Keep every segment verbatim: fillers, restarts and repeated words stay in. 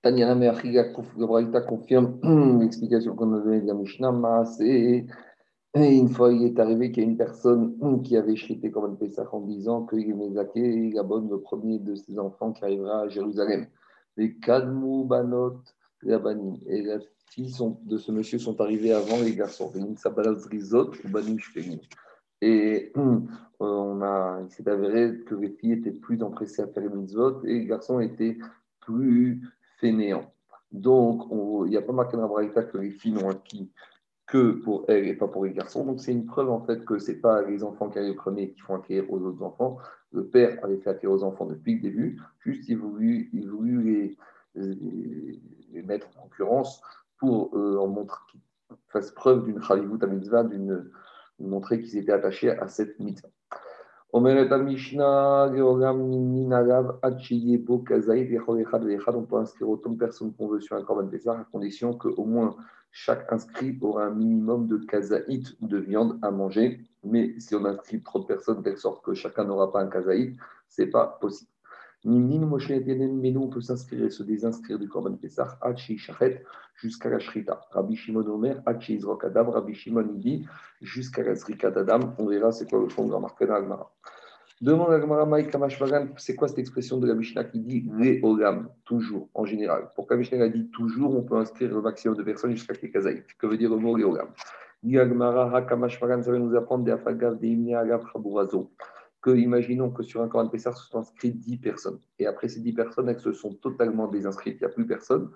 Tanya Meachiga, la Braïta confirme l'explication qu'on a donnée de la Mishnah. C'est une fois, il est arrivé qu'il y a une personne qui avait chrité comme un Pessah en disant qu'il est Mézaké, il abonne le premier de ses enfants qui arrivera à Jérusalem. Les Kadmou Banot Labanim. Et les filles sont, de ce monsieur sont arrivées avant les garçons. Une Sabalaz Rizot ou Banim Shfegin. Et euh, on a, il s'est avéré que les filles étaient plus empressées à faire les mitzvot et les garçons étaient plus fainéants. Donc, on- il n'y a pas marqué dans la Braïta que les filles n'ont acquis que pour elles et pas pour les garçons. Donc, c'est une preuve en fait que ce n'est pas les enfants qui arrivent premiers qui font acquérir aux autres enfants. Le père avait fait acquérir aux enfants depuis le début, juste il voulut, il voulut les, les, les mettre en concurrence pour euh, en montrer qu'ils fassent preuve d'une chavivut à mitzvah, d'une montrer qu'ils étaient attachés à cette mitzvah. Omeret al-Mishnah, Geogam Ninagav, Achiyebo, Kazaïd, Echad, Echad, Echad. On peut inscrire autant de personnes qu'on veut sur un Korban Pessah, à condition qu'au moins chaque inscrit aura un minimum de kazaït, de viande à manger. Mais si on inscrit trop de personnes, de telle sorte que chacun n'aura pas un kazaït, ce n'est pas possible. Nimnin, Moshe et mais nous, on peut s'inscrire et se désinscrire du Korban Pessah, Hachi Shachet, jusqu'à la Shrita. Rabbi Shimon Omer, Hachi Izrok Adam, Rabbi Shimon il dit, jusqu'à la Zrika d'Adam. On verra c'est quoi le fond de la marque d'Agmara. Demande à Gmara Maïk Kamashvagan, c'est quoi cette expression de la Mishnah qui dit Réolam, toujours, en général. Pourquoi la Mishnah a dit toujours, on peut inscrire le maximum de personnes jusqu'à Kekazaït. Que veut dire le mot Réolam? Dit Gmara Hakamashvagan, ça va nous apprendre des Afagav, des Imni Agav Chaburazo. Que, imaginons que sur un Coran Pessar se sont inscrites dix personnes. Et après ces dix personnes, elles se sont totalement désinscrites, il n'y a plus personne.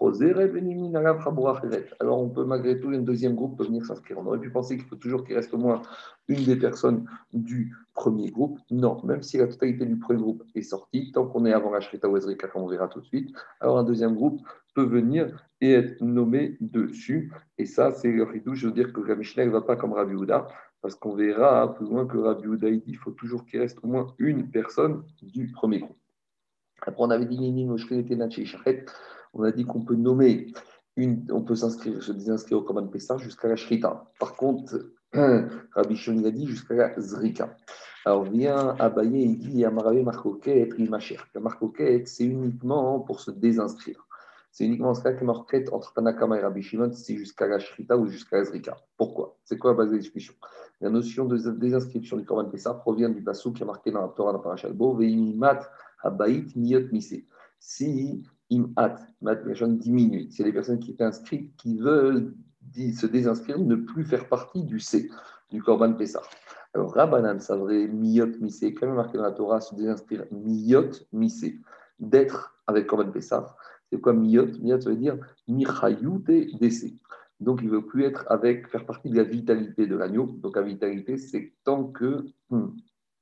Alors on peut malgré tout, un deuxième groupe peut venir s'inscrire. On aurait pu penser qu'il faut toujours qu'il reste au moins une des personnes du premier groupe. Non, même si la totalité du premier groupe est sortie, tant qu'on est avant la Shrita ou Ezrika, comme on verra tout de suite, alors un deuxième groupe peut venir et être nommé dessus. Et ça, c'est le ridouche, je veux dire que la Mishnah ne va pas comme Rabbi Houda, parce qu'on verra plus loin que Rabbi Houda dit qu'il faut toujours qu'il reste au moins une personne du premier groupe. Après, on avait dit Nini, Moshke, Tenachi, Shachet. On a dit qu'on peut nommer, une, on peut s'inscrire, se désinscrire au Korban Pessah jusqu'à la Shrita. Par contre, Rabbi Shon a dit jusqu'à la Zrika. Alors vient Abaye, il dit Amaravé Marcoquet, Rimacher. La Marcoquet, c'est uniquement pour se désinscrire. C'est uniquement ce cas qui marquette entre Tanakama et Rabbi Shimon, c'est jusqu'à la Shrita ou jusqu'à la Zrika. Pourquoi? C'est quoi la base de la discussion? La notion de désinscription du Korban Pessah provient du passou qui est marqué dans la Torah, dans Parashat Bo, Veinimat Habaït Miyot Mise. Si Imat, Mat diminue, c'est les personnes qui étaient inscrites qui veulent se désinscrire, ne plus faire partie du C, du Korban Pessah. Alors, Rabbanan, ça vrai, Miyot Mise, quand même marqué dans la Torah, se désinscrire Miyot Mise, d'être avec Korban Pessah. C'est quoi Miyot? Miyot, ça veut dire Michayute Dese. Donc, il ne veut plus être avec, faire partie de la vitalité de l'agneau. Donc, la vitalité, c'est tant que. Hmm,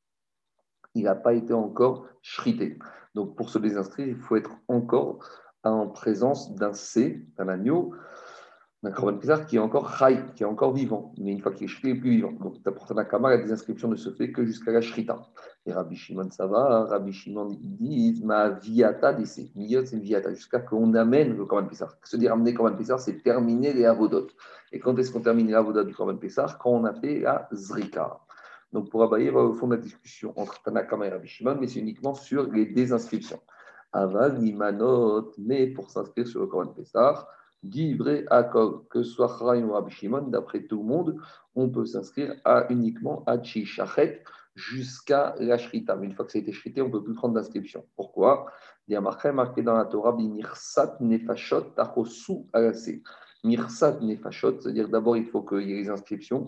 il n'a pas été encore shrité. Donc, pour se désinscrire, il faut être encore en présence d'un C, d'un agneau, d'un Korban Pessah qui est encore chai, qui est encore vivant. Mais une fois qu'il est shrité, il n'est plus vivant. Donc, pour Tanakama, la désinscription ne se fait que jusqu'à la shrita. Et Rabbi Shimon, ça va. Rabbi Shimon, il dit ma viata d'essai. Miyot, c'est une viata, jusqu'à qu'on amène le Korban Pessah. Se dire amener le Korban Pessah, c'est terminer les avodot. Et quand est-ce qu'on termine les avodot du Korban Pessah? Quand on a fait la zrika. Donc, pour Abaye, va au fond de la discussion entre Tanakama et Rabbi Shimon, mais c'est uniquement sur les désinscriptions. Aval, Limanot, mais pour s'inscrire sur le Korban Pessah, Divré Akol, que ce soit Charaïm ou Rabbi Shimon, d'après tout le monde, on peut s'inscrire à, uniquement à Shachet jusqu'à la Shrita. Mais une fois que ça a été shrité, on ne peut plus prendre d'inscription. Pourquoi? Il y a marqué, marqué dans la Torah, Mirsat Nefashot Tachosu Alase. Mirsat Nefashot, c'est-à-dire d'abord il faut qu'il y ait les inscriptions.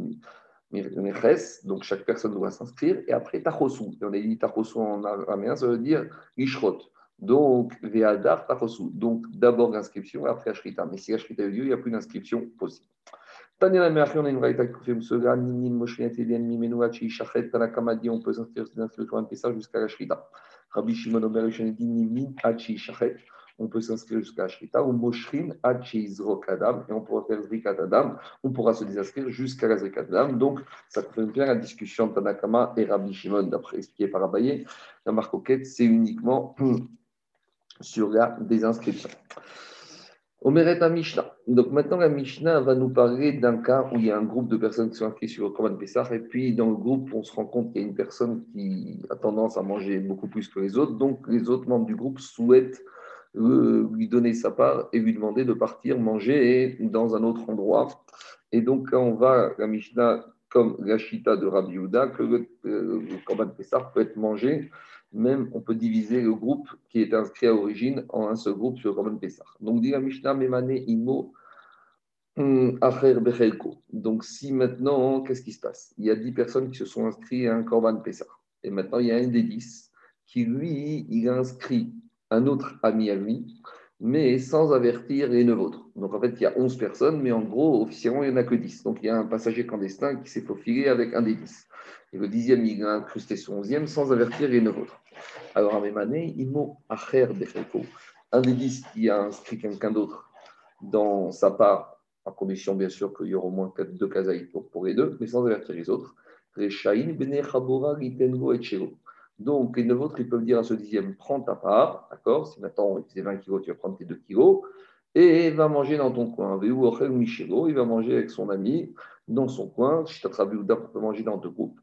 Meches, donc chaque personne doit s'inscrire, et après Tachosu. Et on a dit Tachosu en araméen, ça veut dire Ishrot. Donc, Ve'adar Tachosu. Donc, d'abord l'inscription, après Ashrita. Mais si Ashrita a eu lieu, il n'y a plus d'inscription possible. Tania la Meachri, on a une vraie qui confirme cela. Ninin, Moshinet, Elian, Mimenoachi, Shachet, Tanakama dit on peut s'inscrire sur un Pessah jusqu'à l'Ashrita. Rabbi Shimon Omer dit Ninin, Hachi, Shachet. On peut s'inscrire jusqu'à Ashrita. Ou Moshrin, Hachi, Zrok, Adam. Et on pourra faire Zrikat Adam. On pourra se désinscrire jusqu'à la Zrikat Adam. Donc, ça confirme bien la discussion de Tanakama et Rabbi Shimon, d'après expliqué par Abaye. La marque Oket, c'est uniquement sur la désinscription. Omeret à Mishnah. Donc maintenant, la Mishnah va nous parler d'un cas où il y a un groupe de personnes qui sont inscrites sur le Korban Pessah, et puis dans le groupe, on se rend compte qu'il y a une personne qui a tendance à manger beaucoup plus que les autres, donc les autres membres du groupe souhaitent euh, lui donner sa part et lui demander de partir manger dans un autre endroit. Et donc, quand on va, la Mishnah, comme la Shita de Rabbi Yehuda, que le, euh, le Korban Pessah peut être mangé, même on peut diviser le groupe qui est inscrit à l'origine en un seul groupe sur le Korban Pessah. Donc, dit la Mishnah, Memane Imo hum, Acher Bechelko. Donc, si maintenant, qu'est-ce qui se passe? Il y a dix personnes qui se sont inscrites à un Korban Pessah. Et maintenant, il y a un des dix qui, lui, il a inscrit un autre ami à lui, mais sans avertir les neuf autres. Donc, en fait, il y a onze personnes, mais en gros, officiellement, il n'y en a que dix. Donc, il y a un passager clandestin qui s'est faufilé avec un des dix. Et le dixième, il a incrusté son onzième sans avertir les neuf autres. Alors, à même année, Imo Acher Bechelko. Un des dix qui a inscrit quelqu'un d'autre dans sa part, à condition bien sûr qu'il y aura au moins deux kazaïs pour, pour les deux, mais sans avertir les autres. Donc, les neuf autres, ils peuvent dire à ce dixième, prends ta part, d'accord? Si maintenant il faisait vingt kilos, tu vas prendre tes deux kilos, et va manger dans ton coin. Il va manger avec son ami dans son coin. On peut manger dans deux groupes.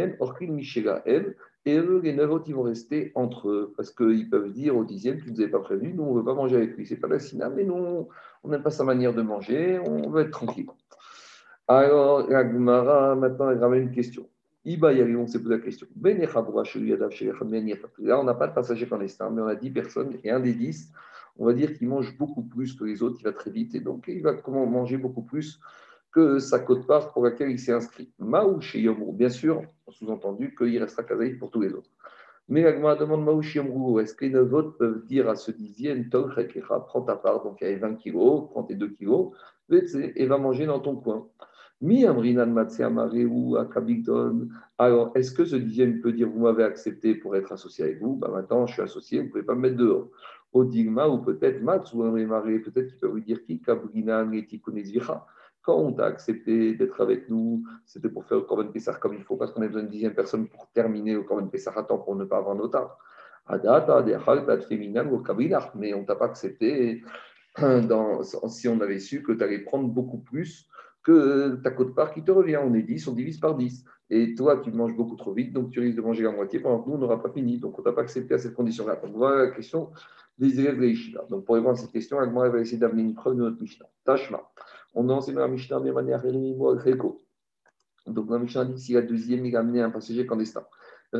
Et eux, les neuf autres, ils vont rester entre eux, parce qu'ils peuvent dire au dixième, tu ne nous avais pas prévenu, nous, on ne veut pas manger avec lui. C'est pas la sina, mais nous, on n'aime pas sa manière de manger, on veut être tranquille. Alors, la Gemara, maintenant, elle ramène une question. Iba Yari, on s'est posé la question. Là, on n'a pas de passager clandestin, mais on a dix personnes, et un des dix, on va dire qu'il mange beaucoup plus que les autres, il va très vite, et donc il va comment manger beaucoup plus que sa quote-part pour laquelle il s'est inscrit. Maou chez Yomrou, bien sûr, sous-entendu qu'il restera kazaïf pour tous les autres. Mais la Gemara demande Maou chez Yomrou, est-ce que les neuf autres peuvent dire à ce dixième, Tol Chekecha, prends ta part, donc il y avait vingt kilos, prends tes deux kilos, et va manger dans ton coin. Mi Amrinan Matse Amare ou Akabikton. Alors, est-ce que ce dixième peut dire, vous m'avez accepté pour être associé avec vous, bah, maintenant je suis associé, vous ne pouvez pas me mettre dehors. Odigma ou peut-être Mats ou Amrimare, peut-être qu'il peut vous dire qui, Kabrinan et Tikunezvicha. Quand on t'a accepté d'être avec nous, c'était pour faire le Korban Pessah comme il faut, parce qu'on a besoin d'une dixième personne pour terminer le Korban Pessah à temps pour ne pas avoir d'otage. Adata, Dechal, Féminan ou Kabrinach, mais on ne t'a pas accepté dans, si on avait su que tu allais prendre beaucoup plus que ta quote-part qui te revient. On est dix, on divise par dix. Et toi, tu manges beaucoup trop vite, donc tu risques de manger la moitié pendant que nous, on n'aura pas fini. Donc, on ne t'a pas accepté à cette condition-là. Donc, voilà la question des élèves de l'Ishida. Donc, pour répondre à cette question, Agmara va essayer d'amener une preuve de notre Mishnah. Tashma. On a enseigné la Mishnah de manière réco. Donc, la Mishnah dit que si la deuxième, il a amené un passager clandestin. Donc,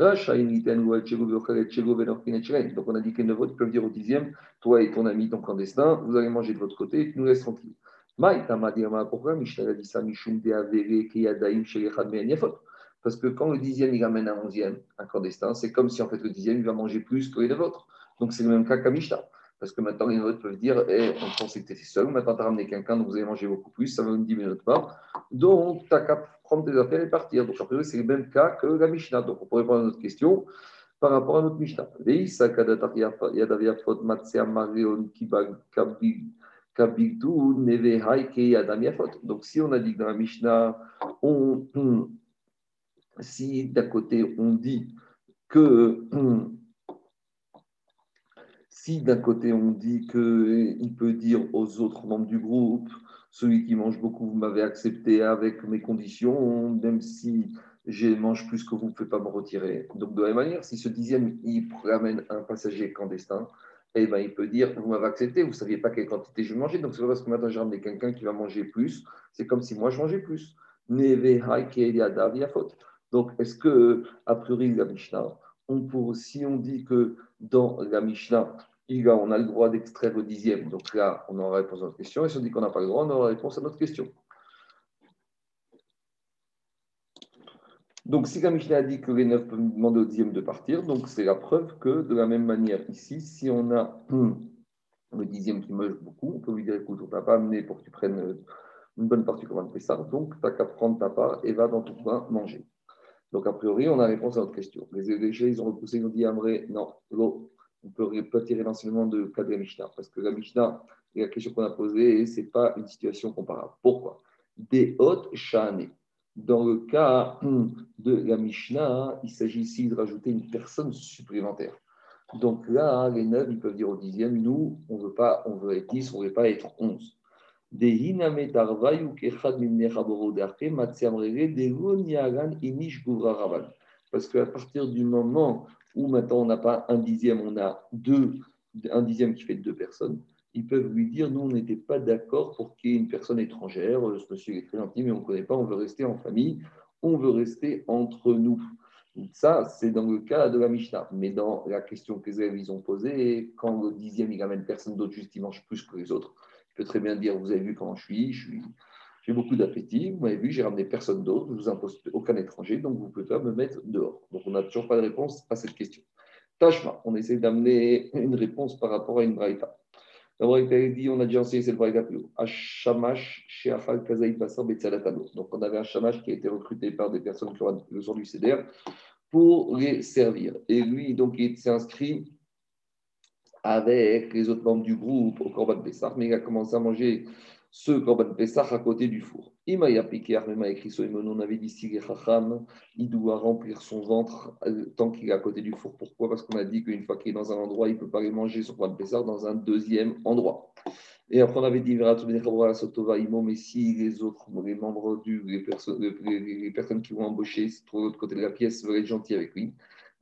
on a dit que les neuf autres peuvent dire au dixième, toi et ton ami, ton clandestin, vous allez manger de votre côté et tu nous laisses tranquille. Pourquoi Mishnah a dit ça? Parce que quand le dixième, il amène un onzième, un clandestin, c'est comme si en fait le dixième, il va manger plus que les neuf autres. Donc, c'est le même cas qu'à Mishnah. Parce que maintenant, les neuf autres peuvent dire, eh, on pensait que tu étais seul, maintenant tu as ramené quelqu'un, donc vous allez manger beaucoup plus, ça va nous diminuer notre part. Donc, tu n'as qu'à prendre tes affaires et partir. Donc, après, c'est le même cas que la Mishnah. Donc, on pourrait répondre à notre question par rapport à notre Mishnah. Donc, si on a dit que dans la Mishnah, on, si d'un côté on dit que si d'un côté on dit qu'il peut dire aux autres membres du groupe, celui qui mange beaucoup, vous m'avez accepté avec mes conditions, même si je mange plus que vous, vous ne pouvez pas me retirer. Donc de la même manière, si ce dixième, il ramène un passager clandestin, eh ben, il peut dire, vous m'avez accepté, vous ne saviez pas quelle quantité je mangeais, donc c'est pas parce que maintenant j'ai ramené quelqu'un qui va manger plus, c'est comme si moi je mangeais plus. Donc est-ce que, a priori, la Mishnah, on peut, si on dit que dans la Mishnah, on a le droit d'extraire le dixième, donc là, on aura réponse à notre question, et si on dit qu'on n'a pas le droit, on aura réponse à notre question. Donc, si la Mishnah a dit que les neuf peuvent demander au dixième de partir, donc c'est la preuve que de la même manière ici, si on a hum, le dixième qui mange beaucoup, on peut lui dire écoute, on ne t'a pas amené pour que tu prennes une bonne partie comme un Pessah, donc tu n'as qu'à prendre ta part et va dans ton coin manger. Donc, a priori, on a réponse à notre question. Les évêchés, ils ont repoussé, ils ont dit Amré, non, l'eau, on peut pas tirer l'enseignement de cas de la Mishnah, parce que la Mishnah, et la question qu'on a posée, ce n'est pas une situation comparable. Pourquoi? Des hautes chané. Dans le cas de la Mishnah, il s'agit ici de rajouter une personne supplémentaire. Donc là, les neuf, ils peuvent dire au dixième, nous, on veut pas, on veut être dix, on ne veut pas être onze. Parce qu'à partir du moment où maintenant on n'a pas un dixième, on a deux un dixième qui fait deux personnes, ils peuvent lui dire, nous, on n'était pas d'accord pour qu'il y ait une personne étrangère, ce monsieur est très gentil, mais on ne connaît pas, on veut rester en famille, on veut rester entre nous. Donc ça, c'est dans le cas de la Mishnah. Mais dans la question que les élèves ils ont posée, quand le dixième, il amène personne d'autre, juste il mange plus que les autres, il peut très bien dire, vous avez vu comment je suis, je suis j'ai beaucoup d'appétit, vous m'avez vu, j'ai ramené personne d'autre, je ne vous impose aucun étranger, donc vous ne pouvez pas me mettre dehors. Donc on n'a toujours pas de réponse à cette question. Tashma, on essaie d'amener une réponse par rapport à une braïta. La braïta dit, on a déjà enseigné cette braïta plus haut. Hashamash, Sheachal, Kazaï, Basar, Betsalatano. Donc on avait un shamash qui a été recruté par des personnes qui ont le sang du C D R pour les servir. Et lui, donc, il s'est inscrit avec les autres membres du groupe au Corban Pessah, mais il a commencé à manger ce Corban Pessah à côté du four. Il m'a appliqué, même écrit on avait dit si il doit remplir son ventre tant qu'il est à côté du four. Pourquoi? Parce qu'on a dit qu'une fois qu'il est dans un endroit, il ne peut pas aller manger son Corban Pessah dans un deuxième endroit. Et après, on avait dit mais si les autres, les membres du, les personnes, les, les personnes qui vont embaucher, se trouvent de l'autre côté de la pièce, veulent être gentils avec lui,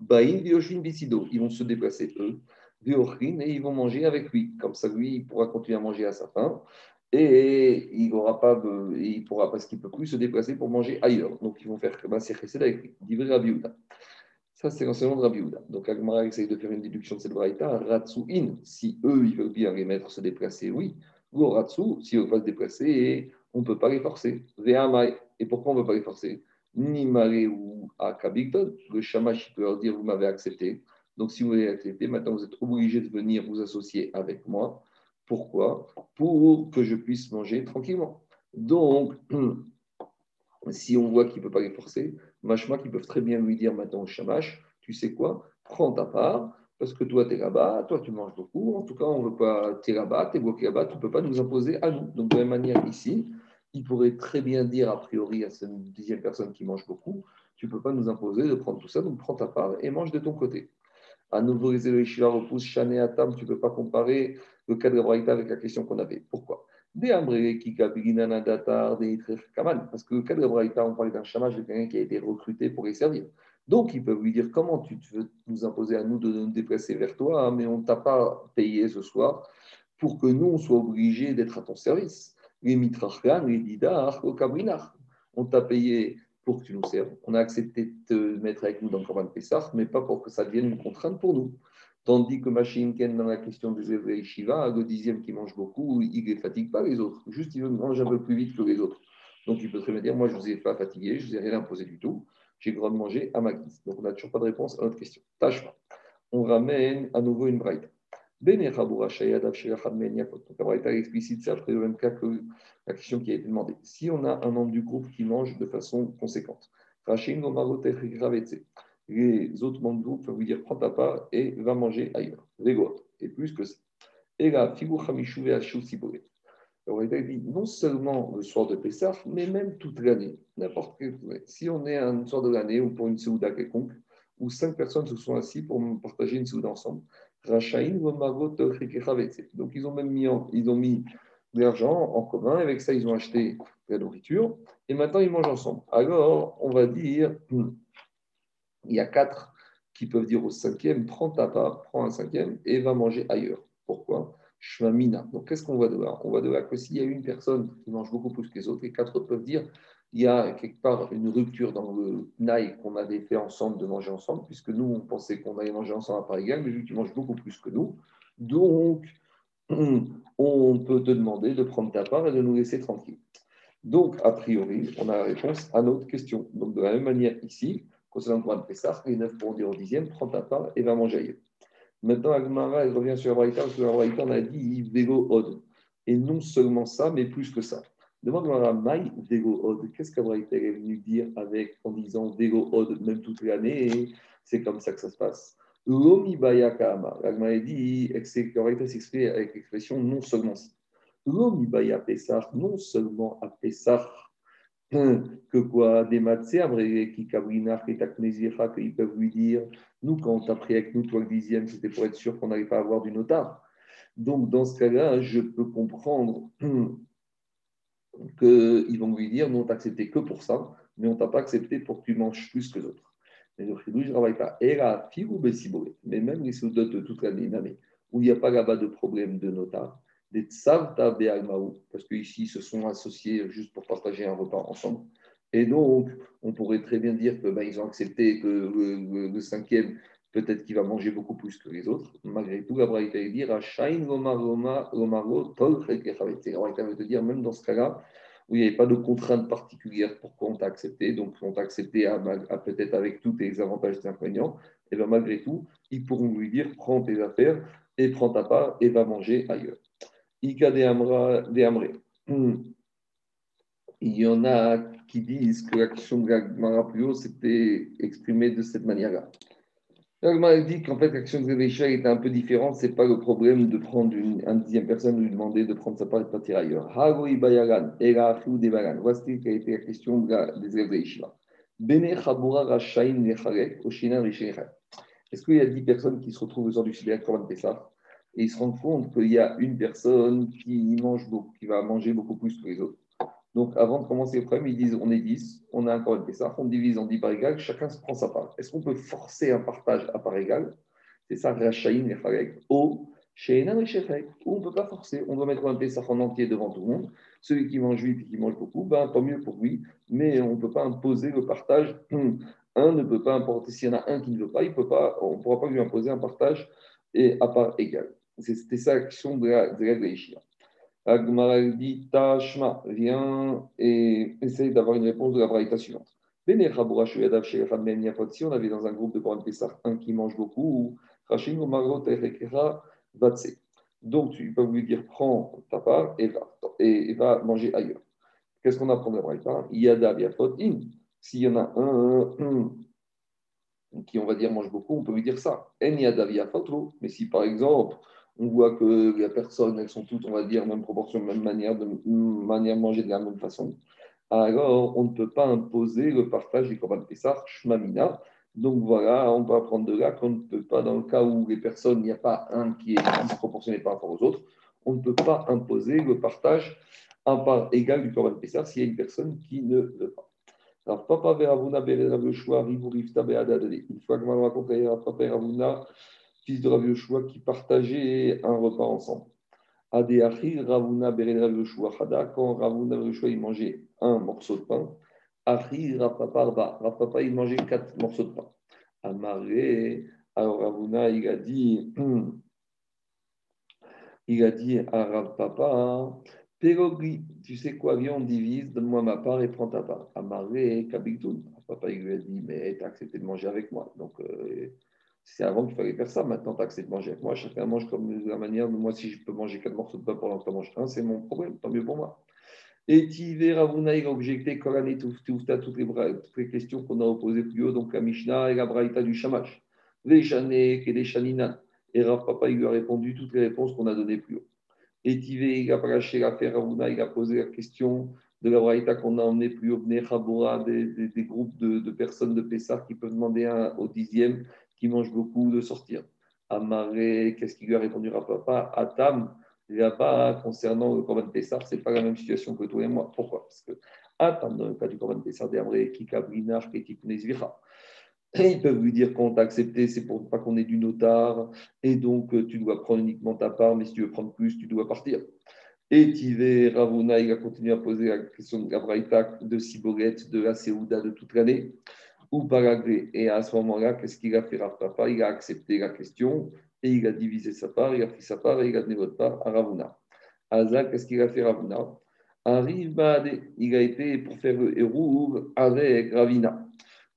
ils vont se déplacer eux et ils vont manger avec lui. Comme ça, lui, il pourra continuer à manger à sa faim et il n'aura pas, de, il pourra parce qu'il ne peut plus se déplacer pour manger ailleurs. Donc, ils vont faire Maser Chesed avec lui. Divrei Rabbi Yehuda. Ça, c'est l'enseignement de Rabbi Yehuda. Donc, Agmara essaye de faire une déduction de cette braïta. Ratsuin, si eux, ils veulent bien les mettre se déplacer, oui. Ou Ratsu, si eux veulent pas se déplacer, on ne peut pas les forcer. Ve'amai. Et pourquoi on ne peut pas les forcer? Ni Mare ou Akabigton. Le Shamash, il peut leur dire, vous m'avez accepté. Donc, si vous voulez accepter, maintenant vous êtes obligé de venir vous associer avec moi. Pourquoi? Pour que je puisse manger tranquillement. Donc, si on voit qu'il ne peut pas les forcer, machma qu'ils peuvent très bien lui dire maintenant au shamash, tu sais quoi? Prends ta part, parce que toi, tu es là-bas, toi, tu manges beaucoup. En tout cas, on ne veut pas, tu es là-bas, tu es bloqué là-bas, tu ne peux pas nous imposer à nous. Donc, de la même manière, ici, il pourrait très bien dire a priori à cette dixième personne qui mange beaucoup, tu ne peux pas nous imposer de prendre tout ça, donc prends ta part et mange de ton côté. À nouveau, les Elohishia repoussent Shané Atam, tu ne peux pas comparer le cas de la Braïta avec la question qu'on avait. Pourquoi? Parce que le cas de la Braïta, on parlait d'un chamash de quelqu'un qui a été recruté pour les servir. Donc, ils peuvent lui dire comment tu veux nous imposer à nous de nous déplacer vers toi, mais on ne t'a pas payé ce soir pour que nous, on soit obligés d'être à ton service. Les mitrachgan, les didar, au kabrinach. On t'a payé pour que tu nous serves. On a accepté de te mettre avec nous dans le Corban Pessah, mais pas pour que ça devienne une contrainte pour nous. Tandis que Machinken, dans la question des élèves Shiva, le dixième qui mange beaucoup, il ne fatigue pas les autres. Juste, il mange un peu plus vite que les autres. Donc, il peut très bien dire, moi, je ne vous ai pas fatigué, je ne vous ai rien imposé du tout. J'ai le droit de manger à ma guise. Donc, on n'a toujours pas de réponse à notre question. Tâche pas. On ramène à nouveau une braïta. Donc, la braïta explicite ça après le même cas que la question qui a été demandée. Si on a un membre du groupe qui mange de façon conséquente, les autres membres du groupe peuvent lui dire prends ta part et va manger ailleurs. Et plus que ça. Et là, la dit non seulement le soir de Pessah, mais même toute l'année. N'importe quelle journée. Si on est un soir de l'année ou pour une Séouda quelconque, où cinq personnes se sont assises pour partager une Séouda ensemble, Rachaïn ou Magot donc ils ont même mis, en, ils ont mis de l'argent en commun, avec ça ils ont acheté de la nourriture, et maintenant ils mangent ensemble. Alors on va dire, il y a quatre qui peuvent dire au cinquième, prends ta part, prends un cinquième et va manger ailleurs. Pourquoi? Shmamina. Donc, qu'est-ce qu'on voit de là? On voit de là que s'il y a une personne qui mange beaucoup plus que les autres, et quatre autres peuvent dire il y a quelque part une rupture dans le naï qu'on avait fait ensemble de manger ensemble, puisque nous, on pensait qu'on allait manger ensemble à part égale, mais lui, tu manges beaucoup plus que nous. Donc, on peut te demander de prendre ta part et de nous laisser tranquilles. Donc, a priori, on a la réponse à notre question. Donc, de la même manière, ici, concernant le Coran de Pessah, les neuf pourront dire au dixième prends ta part et va manger ailleurs. Maintenant, Agmara, elle revient sur la Braïta, parce que la Braïta, on a dit Vego Od. Et non seulement ça, mais plus que ça. Demande à Maï Vego Od. Qu'est-ce que la Braïta est venue dire avec, en disant Vego Od, même toute l'année, et c'est comme ça que ça se passe. Lomi Baya Kama. Agmara dit, la Braïta s'exprime avec l'expression non seulement ça. Lomi Baya Pessah, non seulement à Pessah, que quoi, des matzés, qui kabrinach et takmezira, qu'ils peuvent lui dire, nous, quand on t'a pris avec nous, toi le dixième, c'était pour être sûr qu'on n'allait pas avoir du notard. Donc, dans ce cas-là, je peux comprendre qu'ils vont lui dire, nous, on t'a accepté que pour ça, mais on t'a pas accepté pour que tu manges plus que les autres. Mais le chidouj ne travaille pas. Et la figou bessiboué, mais même les soudotes de toute l'année, où il n'y a pas là-bas de problème de nota, des tsavta be'almaou, parce qu'ici, ils se sont associés juste pour partager un repas ensemble. Et donc, on pourrait très bien dire que ben, ils ont accepté que le, le- le cinquième, peut-être qu'il va manger beaucoup plus que les autres. Malgré tout, la Braïta va dire Rachaïn lomar lomar lomaro tol chelke chavetz. La Braïta veut te dire, même dans ce cas-là, où il n'y avait pas de contrainte particulière pourquoi on t'a accepté, donc on t'a accepté à, à peut-être avec tous tes avantages et tes inconvénients, et bien malgré tout, ils pourront lui dire prends tes affaires et prends ta part et va manger ailleurs. Ika de Amra de Amré. Hmm. Il y en a qui disent que la question de la Gemara plus haut s'était exprimée de cette manière-là. La Gemara dit qu'en fait, l'action de Révécha était un peu différente. Ce n'est pas le problème de prendre une, une dixième personne, de lui demander de prendre sa part et de partir ailleurs. Hagoi Bayaran, Ela Afiou Devaran. Voici quelle a été la question de la, des élèves de Yeshiva. Bene Chabura Rachaim Necharek, Oshina Rishechat. Est-ce qu'il y a dix personnes qui se retrouvent au soir du Shabbat Korban Pessah et ils se rendent compte qu'il y a une personne qui mange beaucoup, qui va manger beaucoup plus que les autres? Donc, avant de commencer le problème, ils disent on est dix, on a un Korban Pessah, on divise en dix par égal, chacun se prend sa part. Est-ce qu'on peut forcer un partage à part égale? C'est ça, Rachaïn et Farek. Ou Sheina et Shefek. Ou on ne peut pas forcer, on doit mettre un Pessah en entier devant tout le monde. Celui qui mange vite et qui mange beaucoup, ben, tant mieux pour lui, mais on ne peut pas imposer le partage. Un ne peut pas importer, s'il y en a un qui ne veut pas, il peut pas, on ne pourra pas lui imposer un partage et à part égale. C'était ça l'action de la de la Yeshiva. Agmara dit Tashma, viens et essaye d'avoir une réponse de la braïta suivante. Bene Chabura Shuyadav Shechem Ben Yafot, si on avait dans un groupe de Koran Pessah un qui mange beaucoup, ou Rachim ou Marot Erekera Vatse. Donc tu peux lui dire prends ta part et va, et, et va manger ailleurs. Qu'est-ce qu'on apprend de la braïta? Yadav Yafot In. S'il y en a un, un, un qui, on va dire, mange beaucoup, on peut lui dire ça. En Yadav Yafot. Mais si par exemple, on voit que les personnes, elles sont toutes, on va dire, même proportion, même manière de, manière de manger de la même façon, alors on ne peut pas imposer le partage du Korban Pessah, Shmamina. Donc voilà, on peut apprendre de là qu'on ne peut pas, dans le cas où les personnes, il n'y a pas un qui est disproportionné par rapport aux autres, on ne peut pas imposer le partage à part égale du Korban Pessah s'il y a une personne qui ne veut pas. Alors, Papa Veravuna Bererav Yoshua, Rivou Rivta Beadadade. Une fois que je raconté à Papa Veravuna, fils de Rav Yoshua, qui partageaient un repas ensemble. Adeachi Ravuna Bererav Yoshua Hada, quand Ravuna Yoshua il mangeait un morceau de pain, Achi Rapapa Arba, Rapapa il mangeait quatre morceaux de pain. Amaré, alors Ravuna il a dit, il a dit à Rapapa, Pérogri, tu sais quoi, viens, on divise, donne-moi ma part et prends ta part. Amaré, Kabiktoun. Papa il lui a dit, mais tu as accepté de manger avec moi. Donc, euh, c'est avant qu'il fallait faire ça. Maintenant, tu as accepté de manger avec moi. Chacun mange comme de la manière. Moi, si je peux manger quatre morceaux de pain pendant que tu manges un, c'est mon problème. Tant mieux pour moi. Et Tivé Ravuna, il a objecté Korane Toufta, toutes les, toutes les questions qu'on a opposées plus haut, donc la Mishnah et la Braïta du Shamash. Véchané, Kedeshaninan. Et Rav Papa, il lui a répondu toutes les réponses qu'on a données plus haut. Et Tivé, il a paraché l'affaire Ravuna, il a posé la question de la Braïta qu'on a emmené plus haut, Bnei Chabura, des, des, des groupes de, de personnes de Pessar qui peuvent demander un, au dixième qui mangent beaucoup de sortir. Amaré, qu'est-ce qu'il lui a répondu Rav Papa? Atam. Là-bas, concernant le Corban Pessar, ce n'est pas la même situation que toi et moi. Pourquoi? Parce que, attends, dans le cas du Corban Pessar, d'Amré, Kikabrinar, Kekikunesvira. Et ils peuvent lui dire qu'on t'a accepté, c'est pour pas qu'on ait du notard, et donc tu dois prendre uniquement ta part, mais si tu veux prendre plus, tu dois partir. Et Tivé Ravuna, il a continué à poser la question de la Braïta, de Siboret, de la Séouda de toute l'année, ou par agré. Et à ce moment-là, qu'est-ce qu'il a fait Rav Papa? Il a accepté la question et il a divisé sa part, il a pris sa part et il a donné votre part à Ravuna. Azak, qu'est-ce qu'il a fait Ravuna? Arrive, il a été pour faire le héros avec Ravina.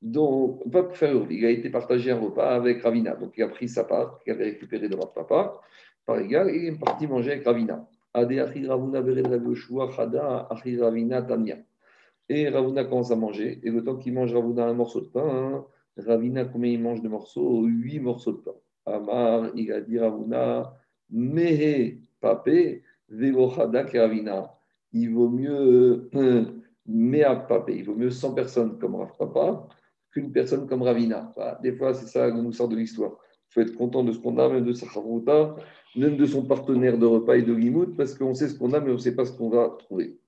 Donc, pas pour faire le il a été partagé un repas avec Ravina. Donc, il a pris sa part qu'il avait récupérée de Rav Papa, par égal, et il est parti manger avec Ravina. Ade Achi Ravuna Bered Rav Yoshua Chada Achi Ravina Tanya. Et Ravuna commence à manger. Et le temps qu'il mange Ravuna un morceau de pain, hein, Ravina, combien il mange de morceaux? Huit morceaux de pain. Amar, il a dit Ravuna, Mehe Pape, Velochada Ravina. Il vaut mieux euh, Mea Pape, il vaut mieux cent personnes comme Rav Papa qu'une personne comme Ravina. Voilà. Des fois, c'est ça qui nous sort de l'histoire. Il faut être content de ce qu'on a, même de sa Chavruta, même de son partenaire de repas et de limoud, parce qu'on sait ce qu'on a, mais on ne sait pas ce qu'on va trouver.